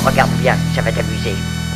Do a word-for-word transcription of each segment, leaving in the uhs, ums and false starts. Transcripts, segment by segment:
Regarde bien, ça va t'amuser.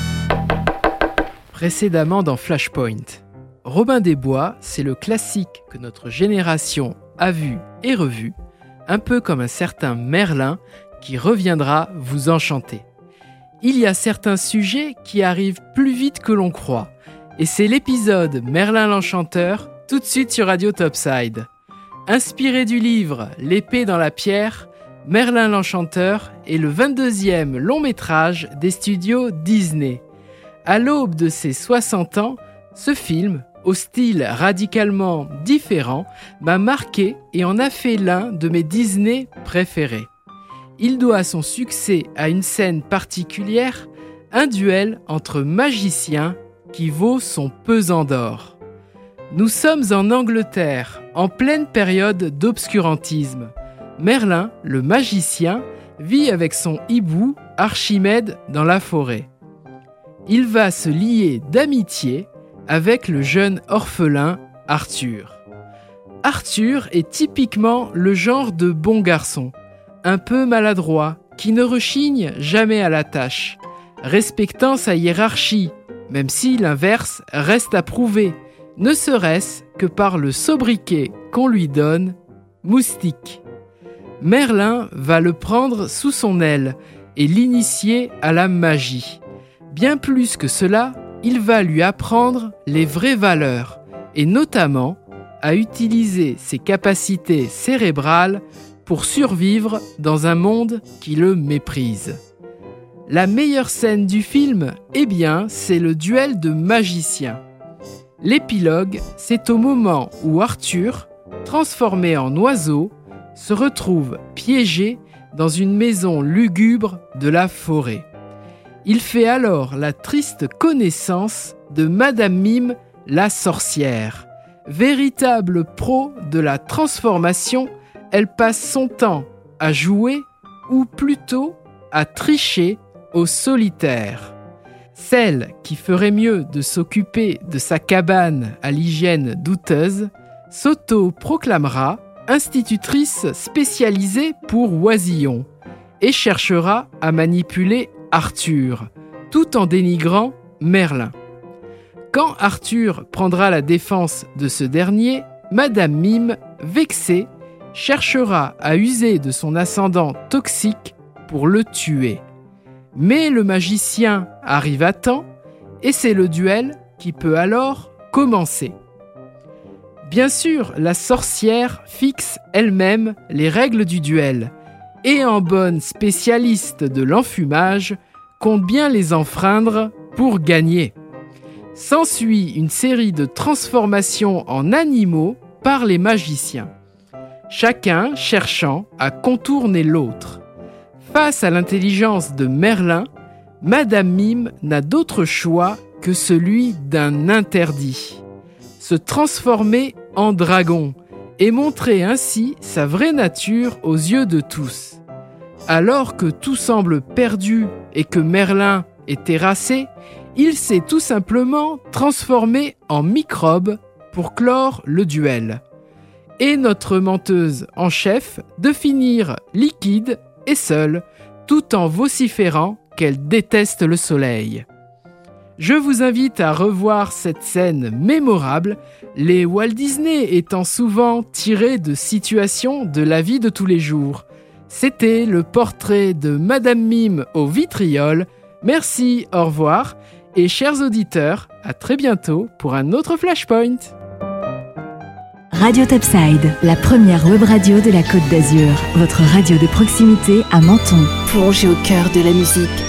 Précédemment dans Flashpoint, Robin des Bois, c'est le classique que notre génération a vu et revu, un peu comme un certain Merlin qui reviendra vous enchanter. Il y a certains sujets qui arrivent plus vite que l'on croit, et c'est l'épisode Merlin l'Enchanteur, tout de suite sur Radio Topside. Inspiré du livre L'épée dans la pierre, Merlin l'Enchanteur est le vingt-deuxième long métrage des studios Disney. À l'aube de ses soixante ans, ce film, au style radicalement différent, m'a marqué et en a fait l'un de mes Disney préférés. Il doit son succès à une scène particulière, un duel entre magiciens qui vaut son pesant d'or. Nous sommes en Angleterre, en pleine période d'obscurantisme. Merlin, le magicien, vit avec son hibou Archimède dans la forêt. Il va se lier d'amitié avec le jeune orphelin Arthur. Arthur est typiquement le genre de bon garçon, un peu maladroit, qui ne rechigne jamais à la tâche, respectant sa hiérarchie, même si l'inverse reste à prouver, ne serait-ce que par le sobriquet qu'on lui donne, Moustique. Merlin va le prendre sous son aile et l'initier à la magie. Bien plus que cela, il va lui apprendre les vraies valeurs et notamment à utiliser ses capacités cérébrales pour survivre dans un monde qui le méprise. La meilleure scène du film, eh bien, c'est le duel de magiciens. L'épilogue, c'est au moment où Arthur, transformé en oiseau, se retrouve piégé dans une maison lugubre de la forêt. Il fait alors la triste connaissance de Madame Mime, la sorcière. Véritable pro de la transformation, elle passe son temps à jouer, ou plutôt à tricher au solitaire. Celle qui ferait mieux de s'occuper de sa cabane à l'hygiène douteuse s'auto-proclamera institutrice spécialisée pour oisillons et cherchera à manipuler Arthur, tout en dénigrant Merlin. Quand Arthur prendra la défense de ce dernier, Madame Mime, vexée, cherchera à user de son ascendant toxique pour le tuer. Mais le magicien arrive à temps et c'est le duel qui peut alors commencer. Bien sûr, la sorcière fixe elle-même les règles du duel et en bonne spécialiste de l'enfumage, compte bien les enfreindre pour gagner. S'ensuit une série de transformations en animaux par les magiciens, chacun cherchant à contourner l'autre. Face à l'intelligence de Merlin, Madame Mime n'a d'autre choix que celui d'un interdit. Se transformer en dragon et montrer ainsi sa vraie nature aux yeux de tous. Alors que tout semble perdu et que Merlin est terrassé, il s'est tout simplement transformé en microbe pour clore le duel. Et notre menteuse en chef de finir liquide et seule, tout en vociférant qu'elle déteste le soleil. Je vous invite à revoir cette scène mémorable, les Walt Disney étant souvent tirés de situations de la vie de tous les jours. C'était le portrait de Madame Mime au vitriol. Merci, au revoir, et chers auditeurs, à très bientôt pour un autre Flashpoint. Radio Topside, la première web radio de la Côte d'Azur, votre radio de proximité à Menton. Plongez au cœur de la musique